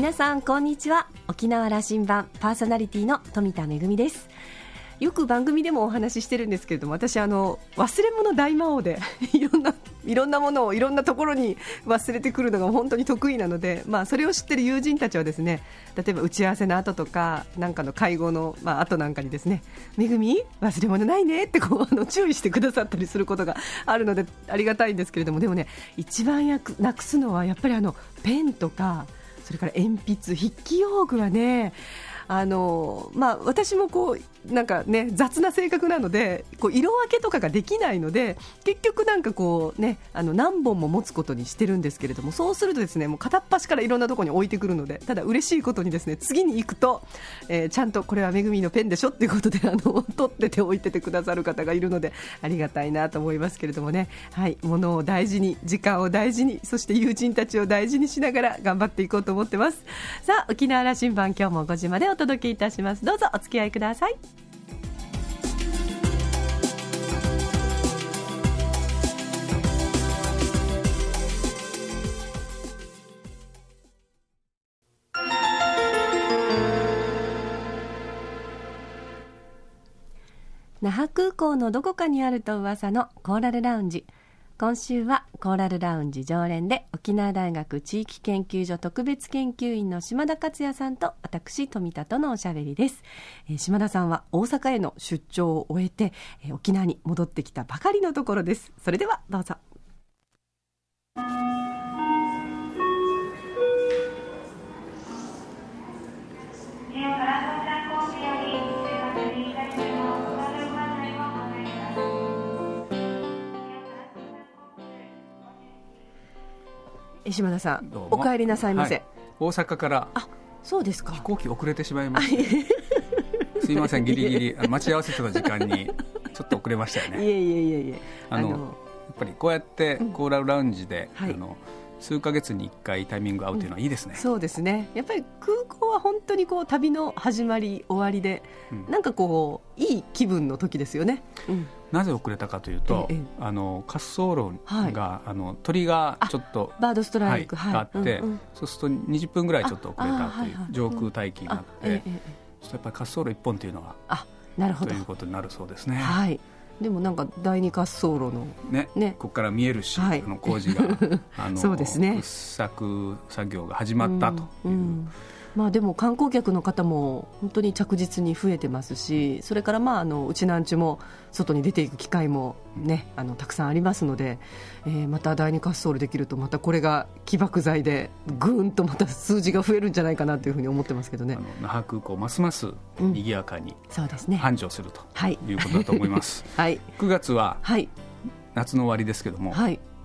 皆さんこんにちは。沖縄羅針盤パーソナリティの富田恵です。よく番組でもお話ししてるんですけれども、私忘れ物大魔王でいろんなものをいろんなところに忘れてくるのが本当に得意なので、それを知ってる友人たちはですね、例えば打ち合わせの後とかなんかの会合の、後なんかにですね、めぐみ忘れ物ないねって注意してくださったりすることがあるのでありがたいんですけれども、でもね、一番なくすのはやっぱりペンとか、それから鉛筆、筆記用具はね、私もなんかね、雑な性格なので色分けとかができないので、結局なんか何本も持つことにしてるんですけれども、そうするとですね、もう片っ端からいろんなところに置いてくるので、ただ嬉しいことにですね、次に行くと、ちゃんとこれはめぐみのペンでしょっていうことで取ってて置いててくださる方がいるのでありがたいなと思いますけれどもね。はい、物を大事に、時間を大事に、そして友人たちを大事にしながら頑張っていこうと思ってます。さあ、沖縄羅針盤、今日も5時までお届けいたします。どうぞお付き合いください。那覇空港のどこかにあると噂のコーラルラウンジ。今週はコーラルラウンジ常連で沖縄大学地域研究所特別研究員の島田克也さんと私富田とのおしゃべりです。島田さんは大阪への出張を終えて沖縄に戻ってきたばかりのところです。それではどうぞ。島田さん、お帰りなさいませ。 大阪から。 あ、そうですか。 飛行機遅れてしまいましたすいません、ギリギリ待ち合わせてた時間にちょっと遅れましたよね。 いえやっぱりこうやってコーラルラウンジで、数ヶ月に1回タイミング合うというのはいいですね。 そうですね。やっぱり空港は本当に旅の始まり終わりで、なんかいい気分の時ですよね。 なぜ遅れたかというと、滑走路が、鳥がちょっとバードストライク、 があって、そうすると20分ぐらいちょっと遅れたという上空待機があって、やっぱり滑走路1本というのがということになるそうですね。 はい。でもなんか第二滑走路の、 ここから見えるし、工事がそうですね、 掘削作業が始まったという、 でも観光客の方も本当に着実に増えてますし、それからうちなんちゅも外に出ていく機会も、たくさんありますので、また第二滑走路できると、またこれが起爆剤でぐーんとまた数字が増えるんじゃないかなというふうに思ってますけどね。 那覇空港ますます賑やかに繁盛するということだと思います。9月は夏の終わりですけども、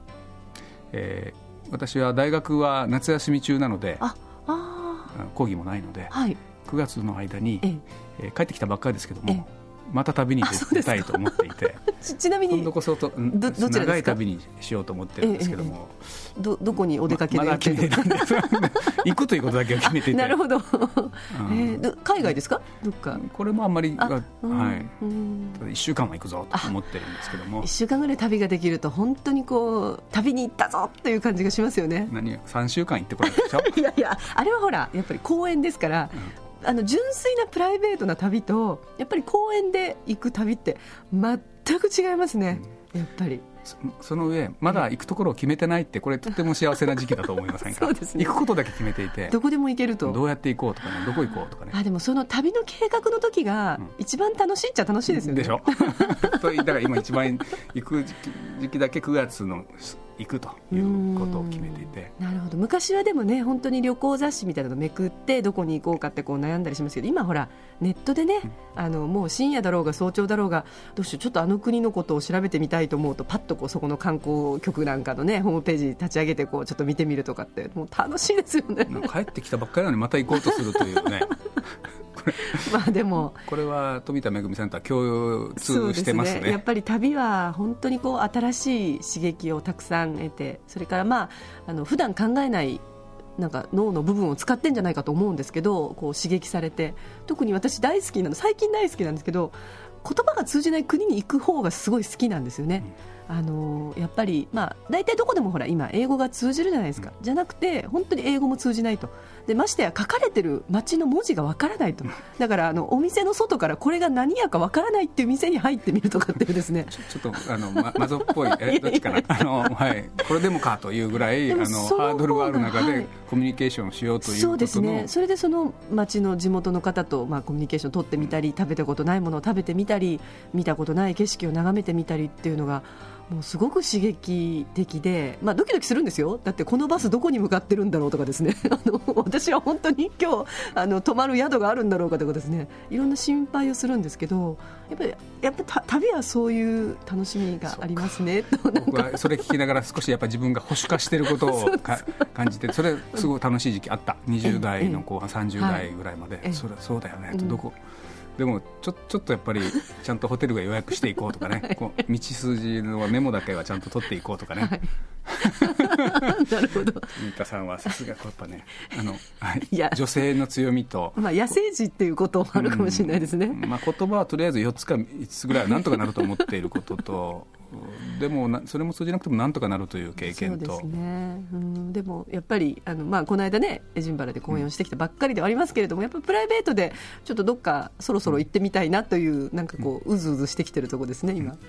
私は大学は夏休み中なので講義もないので、9月の間に、帰ってきたばっかりですけども、また旅に出たいと思っていてちなみに今度こそ長い旅にしようと思ってるんですけども、 どこにお出かけで、 まだ決めてないんです行くということだけは決めていて。 なるほど。海外ですか、どっか。 これもあんまり1週間は行くぞと思ってるんですけども、 1週間ぐらい旅ができると本当に旅に行ったぞっていう感じがしますよね。 3週間行ってこないでしょいやあれはほらやっぱり公園ですから、純粋なプライベートな旅とやっぱり公園で行く旅って全く違いますね、やっぱり。 その上まだ行くところを決めてないって、これとても幸せな時期だと思いませんか。そうですね、行くことだけ決めていて、 どこでも行けると、 どうやって行こうとかね、どこ行こうとかね。 でもその旅の計画の時が一番楽しいっちゃ楽しいですよね。 でしょだから今一番行く時期だけ9月の行くということを決めていて。 なるほど。昔はでもね、本当に旅行雑誌みたいなのめくってどこに行こうかって悩んだりしますけど、今ほらネットでね、もう深夜だろうが早朝だろうが、どうしようちょっと国のことを調べてみたいと思うと、パッとそこの観光局なんかのねホームページ立ち上げてちょっと見てみるとかって、もう楽しいですよね。 帰ってきたばっかりなのにまた行こうとするというねでもこれは富田恵さんとは共通してますね。 そうですね、やっぱり旅は本当に新しい刺激をたくさん得て、それから普段考えないなんか脳の部分を使ってんじゃないかと思うんですけど、刺激されて、特に私大好きなの、最近大好きなんですけど、言葉が通じない国に行く方がすごい好きなんですよね。 やっぱり、大体どこでもほら今英語が通じるじゃないですか、じゃなくて本当に英語も通じないと。でましてや書かれてる街の文字がわからないと。だからお店の外からこれが何やかわからないっていう店に入ってみるとかっていうですねちょっとマゾっぽいどっちかなはい、これでもかというぐらいハードルがある中でコミュニケーションをしようということの、 そうですね。それでその街の地元の方とコミュニケーションを取ってみたり、食べたことないものを食べてみたり、見たことない景色を眺めてみたりっていうのがもうすごく刺激的で、ドキドキするんですよ。だってこのバスどこに向かってるんだろうとかですね私は本当に今日泊まる宿があるんだろうかとかですね、いろんな心配をするんですけど、やっぱ旅はそういう楽しみがありますねと。 僕はそれ聞きながら少しやっぱ自分が保守化していることを感じて、それすごい楽しい時期あった。20代の後半30代ぐらいまで、それそうだよねと、どこでもちょっとやっぱりちゃんとホテルが予約していこうとかね、こう道筋のメモだけはちゃんと取っていこうとかね、はいなるほど。 新田さんはさすがやっぱね女性の強みと、 野生児っていうこともあるかもしれないですね。 言葉はとりあえず4つか5つぐらいはなんとかなると思っていることとでもそれも通じなくてもなんとかなるという経験と。 そうですね、でもやっぱりこの間ねエジンバラで講演をしてきたばっかりではありますけれども、やっぱりプライベートでちょっとどっかそろそろ行ってみたいなというなんかこううずうずしてきてるところですね今、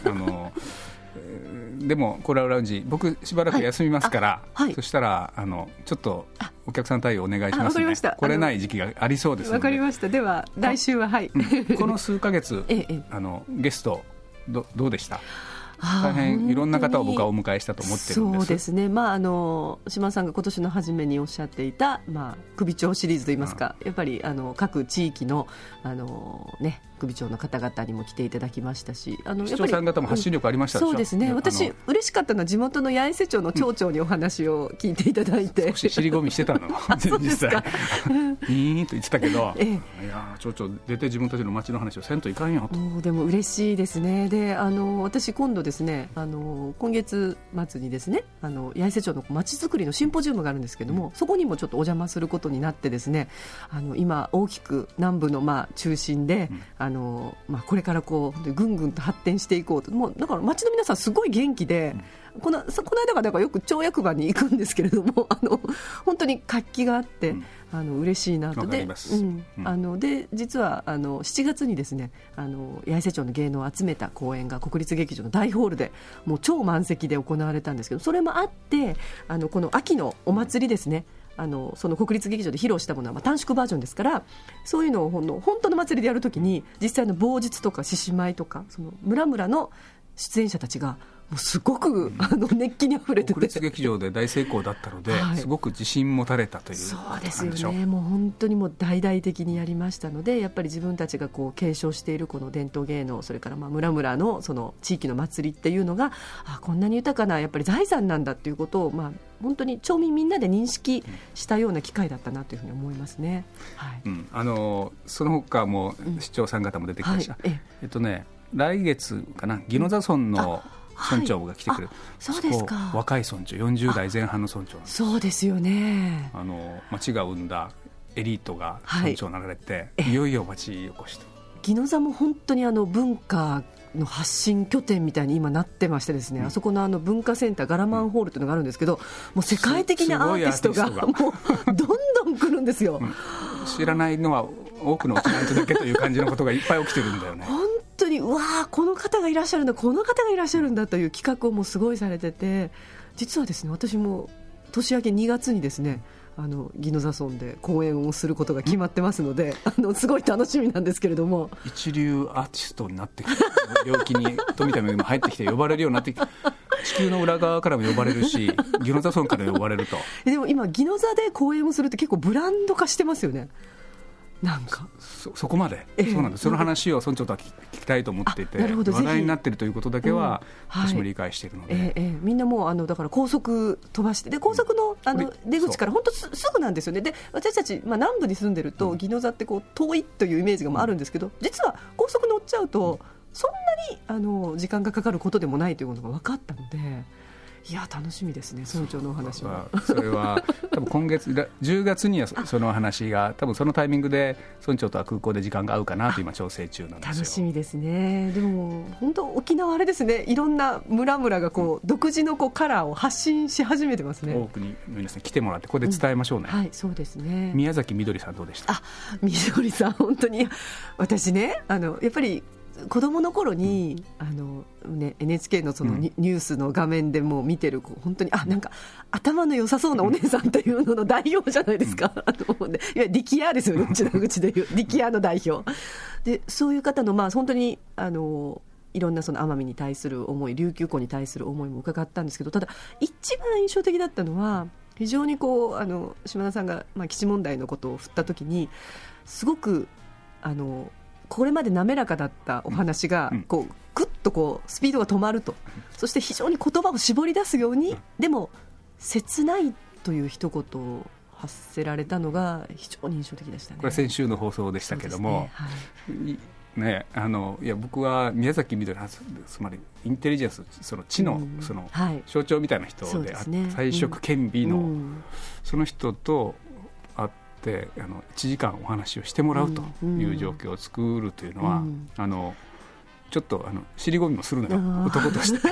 でもコーラルラウンジ僕しばらく休みますから、そしたらちょっとお客さん対応お願いしますね。来れない時期がありそうですので。 わかりました。では来週はこの数ヶ月ゲストどうでした？大変いろんな方を僕はお迎えしたと思ってるんです。 そうですね、島さんが今年の初めにおっしゃっていた、首長シリーズといいますか、やっぱり各地域の、首長の方々にも来ていただきましたし、 市長さん方も発信力ありましたでしょ。 そうですね。私嬉しかったのは地元の八重瀬町の町長にお話を聞いていただいて、 少し尻込みしてたの実際いいと言ってたけど、いや町長出て自分たちの町の話をせんといかんよと。 でも嬉しいですね。で私今度ですね今月末にですね八重瀬町の町づくりのシンポジウムがあるんですけども、そこにもちょっとお邪魔することになってですね、今大きく南部の中心で、これからこうぐんぐんと発展していこうと。もうだから町の皆さんすごい元気で、この間がだからよく町役場に行くんですけれども本当に活気があって、嬉しいなと。で実は7月にですね八重瀬町の芸能を集めた公演が国立劇場の大ホールでもう超満席で行われたんですけど、それもあってこの秋のお祭りですね、その国立劇場で披露したものは短縮バージョンですから、そういうのを本当の祭りでやるときに実際の棒術とか獅子舞とかその村々の出演者たちがもうすごく熱気にあふれてて、 国立劇場で大成功だったので、すごく自信持たれたということなんでしょう。 そうですよね。もう本当にもう大々的にやりましたので、やっぱり自分たちがこう継承しているこの伝統芸能、それから村々のその地域の祭りっていうのがこんなに豊かなやっぱり財産なんだっていうことを本当に町民みんなで認識したような機会だったなというふうに思いますね。 その他も市長さん方も出てきました。来月かな、宜野座村の村長が来てくれる、 そうですか。 若い村長、40代前半の村長なんです。 そうですよね。 町が生んだエリートが村長になられて、いよいよ町おこしと。 宜野座も本当に文化の発信拠点みたいに今なってましてですね、あそこの文化センターガラマンホールというのがあるんですけど、もう世界的なアーティストがもうどんどん来るんですよ。 知らないのは多くのうちなんとだけという感じのことがいっぱい起きてるんだよね。 本当にこの方がいらっしゃるんだ、この方がいらっしゃるんだという企画をもうすごいされてて、実はですね私も年明け2月にですね宜野座村で公演をすることが決まってますので、すごい楽しみなんですけれども、 一流アーティストになってきて領域に富田恵も入ってきて呼ばれるようになってきて、地球の裏側からも呼ばれるし宜野座村から呼ばれると。 でも今宜野座で公演をするって結構ブランド化してますよね。なんかそこまで、そうなんです。その話を村長とは聞きたいと思っていて、話題になっているということだけは私も理解しているので、 みんなもうだから高速飛ばして、で高速の出口から本当すぐなんですよね。で私たち、南部に住んでると宜野座ってこう遠いというイメージがあるんですけど、実は高速乗っちゃうとそんなに時間がかかることでもないということが分かったので、 いや楽しみですね、村長のお話は。 それは多分今月10月にはその話が多分そのタイミングで村長とは空港で時間が合うかなと今調整中なんですよ。 楽しみですね。でも本当沖縄あれですね、いろんな村々が独自のカラーを発信し始めてますね。 多くに皆さん来てもらってここで伝えましょうね。 はい、そうですね。 宮崎みどりさんどうでした？ みどりさん本当に私ねやっぱり子供の頃に、NHK のニュースの画面でも見てる本当になんか頭の良さそうなお姉さんというのの代表じゃないですか。いわゆるディキアですよね、うちの口でいうディキアの代表で、そういう方の本当にいろんな奄美に対する思い、琉球湖に対する思いも伺ったんですけど、ただ一番印象的だったのは非常に島田さんが基地問題のことを振った時にすごくこれまで滑らかだったお話がグッとスピードが止まると、そして非常に言葉を絞り出すように、でも切ないという一言を発せられたのが非常に印象的でしたね。 これ先週の放送でしたけども、いや僕は宮崎みどり、つまりインテリジェンス、その知の、象徴みたいな人で、才色兼備の、その人と会って1時間お話をしてもらうという状況を作るというのは、ちょっと尻込みもするのよ、男として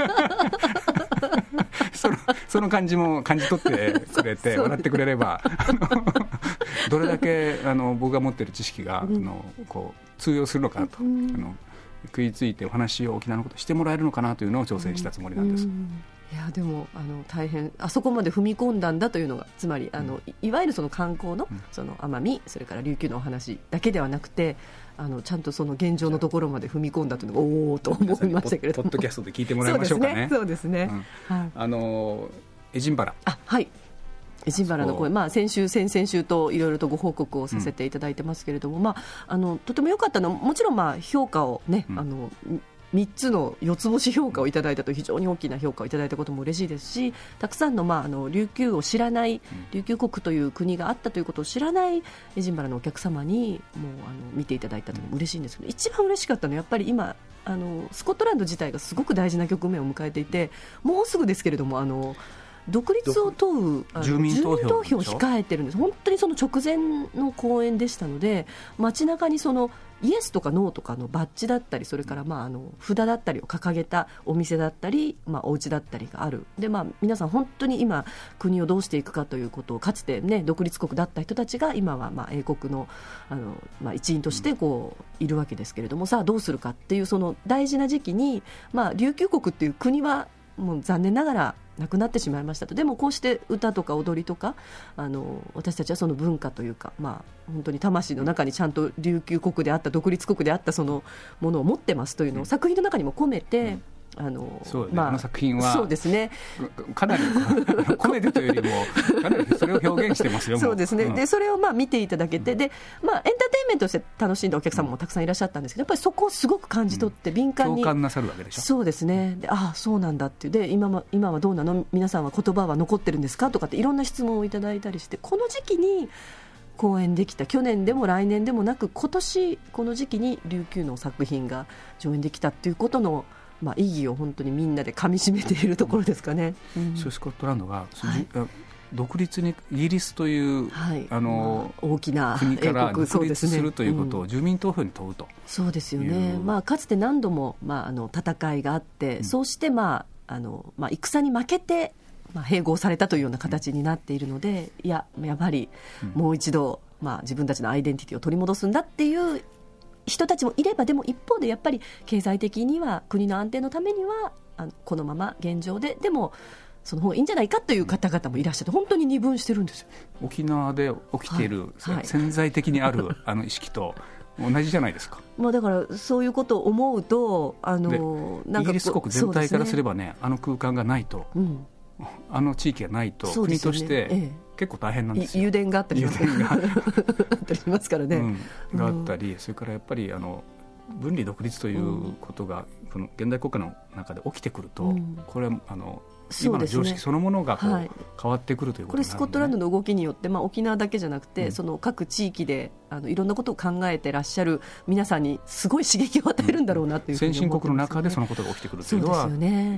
その感じも感じ取ってくれて笑ってくれればどれだけ僕が持っている知識が通用するのかと、食いついてお話を沖縄のことしてもらえるのかなというのを挑戦したつもりなんです。 いやでも大変あそこまで踏み込んだんだというのが、つまりいわゆる観光の奄美、それから琉球のお話だけではなくて、ちゃんと現状のところまで踏み込んだというのがおおと思いましたけれども、 ポッドキャストで聞いてもらいましょうかね。 そうですね、 エジンバラ、 はいエジンバラの声、先週先々週といろいろとご報告をさせていただいてますけれども、とても良かったのはもちろん評価をね、3つの4つ星評価をいただいたと、非常に大きな評価をいただいたことも嬉しいですし、たくさんの、琉球を知らない、琉球国という国があったということを知らないエジンバラのお客様にもう見ていただいたというのも嬉しいんですけど、一番嬉しかったのはやっぱり今スコットランド自体がすごく大事な局面を迎えていて、もうすぐですけれども独立を問う住民投票を控えてるんです。本当にその直前の公演でしたので、街中にイエスとかノーとかのバッジだったり、それから札だったりを掲げたお店だったり、お家だったりがある。で、皆さん本当に今国をどうしていくかということを、かつて、独立国だった人たちが今は英国の、一員としているわけですけれども、さあどうするかっていうその大事な時期に、琉球国っていう国はもう残念ながらなくなってしまいましたと。でもこうして歌とか踊りとか私たちはその文化というか、本当に魂の中にちゃんと琉球国であった、独立国であったそのものを持ってますというのを作品の中にも込めて、 そうね、あの作品はそうですね、 かなり込めてというよりもかなりそれを表現してますよ。 そうですね、でそれを見ていただけて、でエンターテインメントとして楽しんだお客様もたくさんいらっしゃったんですけど、やっぱりそこをすごく感じ取って敏感に共感なさるわけでしょ。 そうですね、でそうなんだっていう、で今はどうなの、皆さんは言葉は残ってるんですかとかっていろんな質問をいただいたりして、この時期に公演できた、去年でも来年でもなく今年この時期に琉球の作品が上演できたっていうことの意義を本当にみんなで噛み締めているところですかね。 スコットランドが、独立にイギリスという、 大きな国から独立するということを住民投票に問うと。 そうですよね、かつて何度も、戦いがあって、そうして、戦に負けて、併合されたというような形になっているので、やっぱりもう一度、自分たちのアイデンティティを取り戻すんだっていう人たちもいれば、でも一方でやっぱり経済的には国の安定のためにはこのまま現状ででもその方がいいんじゃないかという方々もいらっしゃって、本当に二分してるんですよ。 沖縄で起きている、潜在的にある意識と同じじゃないですか。 だからそういうことを思うとイギリス国全体からすればね、あの空間がないと、あの地域がないと、国として結構大変なんですよ。 油田があったりしますからね、 があったり、それからやっぱり分離独立ということが、この現代国家の中で起きてくると、これは今の常識そのものが変わってくるということになるので、 これスコットランドの動きによって、沖縄だけじゃなくて、その各地域でいろんなことを考えてらっしゃる皆さんにすごい刺激を与えるんだろうなというふうに思ってますよね。 先進国の中でそのことが起きてくるというのは、 そうですよね。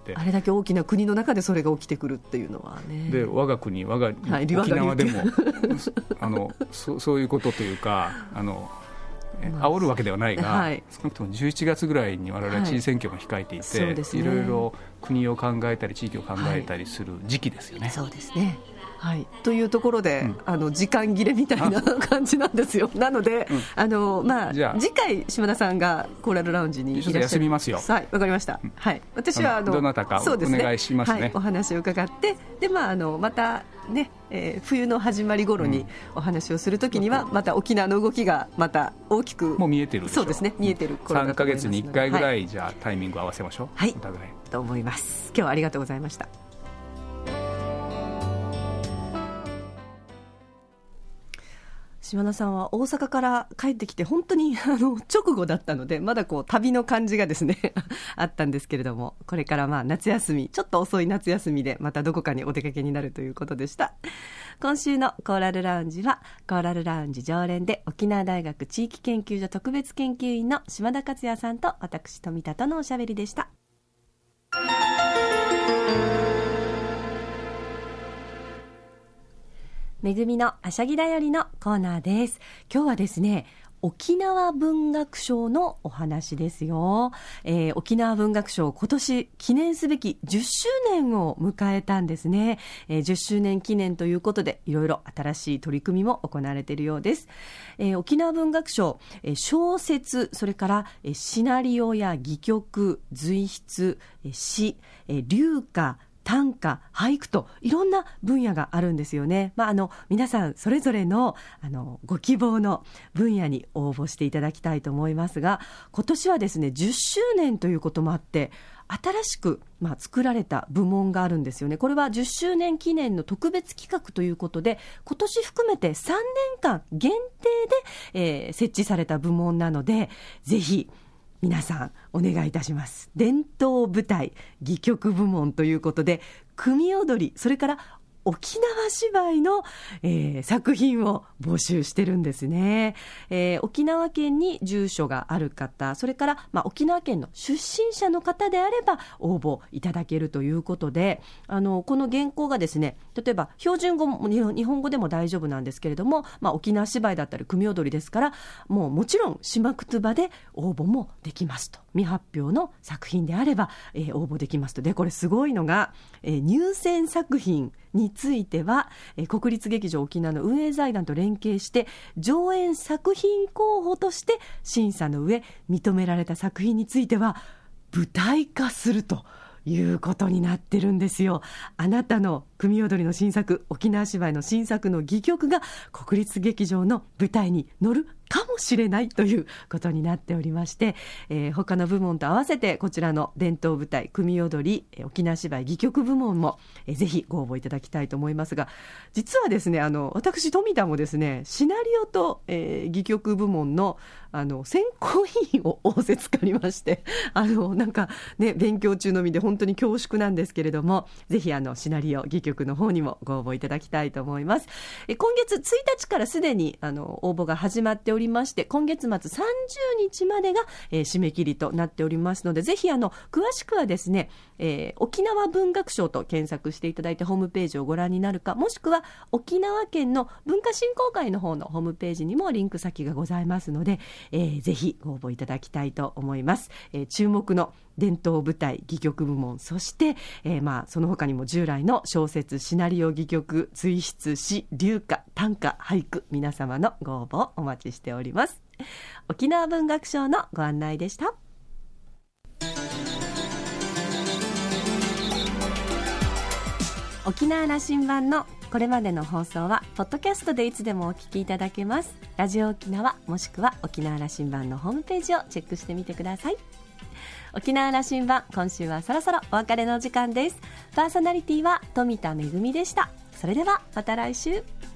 て、 あれだけ大きな国の中でそれが起きてくるっていうのはね。 で我が国沖縄でもそういうことというか煽るわけではないが、少なくとも11月ぐらいに我々は知事選挙も控えていて、いろいろ国を考えたり地域を考えたりする時期ですよね。 そうですね。というところで、時間切れみたいな感じなんですよ。なので、次回島田さんがコーラルラウンジにいらっしゃる。ちょっと休みますよ。 わかりました。私はどなたかお願いしますね。 お話を伺って、でまたね、冬の始まり頃にお話をするときには、また沖縄の動きがまた大きくもう見えてるでしょ。 そうですね、見えてる頃だと思いますので、 3ヶ月に1回ぐらい、じゃあタイミングを合わせましょう。お互いと思います。今日はありがとうございました。島田さんは大阪から帰ってきて本当に直後だったので、まだ旅の感じがですねあったんですけれども、これから夏休み、ちょっと遅い夏休みでまたどこかにお出かけになるということでした。今週のコーラルラウンジは、コーラルラウンジ常連で沖縄大学地域研究所特別研究員の島田克也さんと私富田とのおしゃべりでした。めぐみのあしゃぎだよりのコーナーです。今日はですね、沖縄文学賞のお話ですよ。沖縄文学賞、今年記念すべき10周年を迎えたんですね。10周年記念ということで、いろいろ新しい取り組みも行われているようです。沖縄文学賞、小説、それからシナリオや戯曲、随筆、詩、流歌、短歌、俳句といろんな分野があるんですよね。皆さんそれぞれのご希望の分野に応募していただきたいと思いますが、今年はですね10周年ということもあって新しく作られた部門があるんですよね。これは10周年記念の特別企画ということで、今年含めて3年間限定で、設置された部門なので、ぜひ皆さんお願いいたします。伝統舞台戯曲部門ということで、組踊り、それから沖縄芝居の、作品を募集してるんですね。沖縄県に住所がある方、それから、沖縄県の出身者の方であれば応募いただけるということで、この原稿がですね、例えば標準語も日本語でも大丈夫なんですけれども、沖縄芝居だったり組踊りですから、もちろん島く場で応募もできますと。未発表の作品であれば、応募できますと。でこれすごいのが、入選作品については、国立劇場沖縄の運営財団と連携して上演作品候補として審査の上認められた作品については舞台化するということになってるんですよ。あなたの組踊りの新作、沖縄芝居の新作の戯曲が国立劇場の舞台に乗るかもしれないということになっておりまして、他の部門と合わせてこちらの伝統舞台組踊り沖縄芝居戯曲部門も、ぜひご応募いただきたいと思いますが、実はですね私富田もですねシナリオと、戯曲部門の選考委員を仰せつかりまして、なんかね勉強中の身で本当に恐縮なんですけれども、ぜひシナリオ戯曲の方にもご応募いただきたいと思います。今月1日からすでに応募が始まっておりまして、今月末30日までが、締め切りとなっておりますので、ぜひ詳しくはですね、沖縄文学賞と検索していただいてホームページをご覧になるか、もしくは沖縄県の文化振興会の方のホームページにもリンク先がございますので、ぜひご応募いただきたいと思います。注目の伝統舞台戯曲部門、そして、その他にも従来の小説、シナリオ、戯曲、随筆、詩、流歌、短歌、俳句、皆様のご応募をお待ちしております。沖縄文学賞のご案内でした。沖縄羅針盤のこれまでの放送はポッドキャストでいつでもお聞きいただけます。ラジオ沖縄もしくは沖縄羅針盤のホームページをチェックしてみてください。沖縄羅針盤、今週はそろそろお別れの時間です。パーソナリティは富田恵でした。それではまた来週。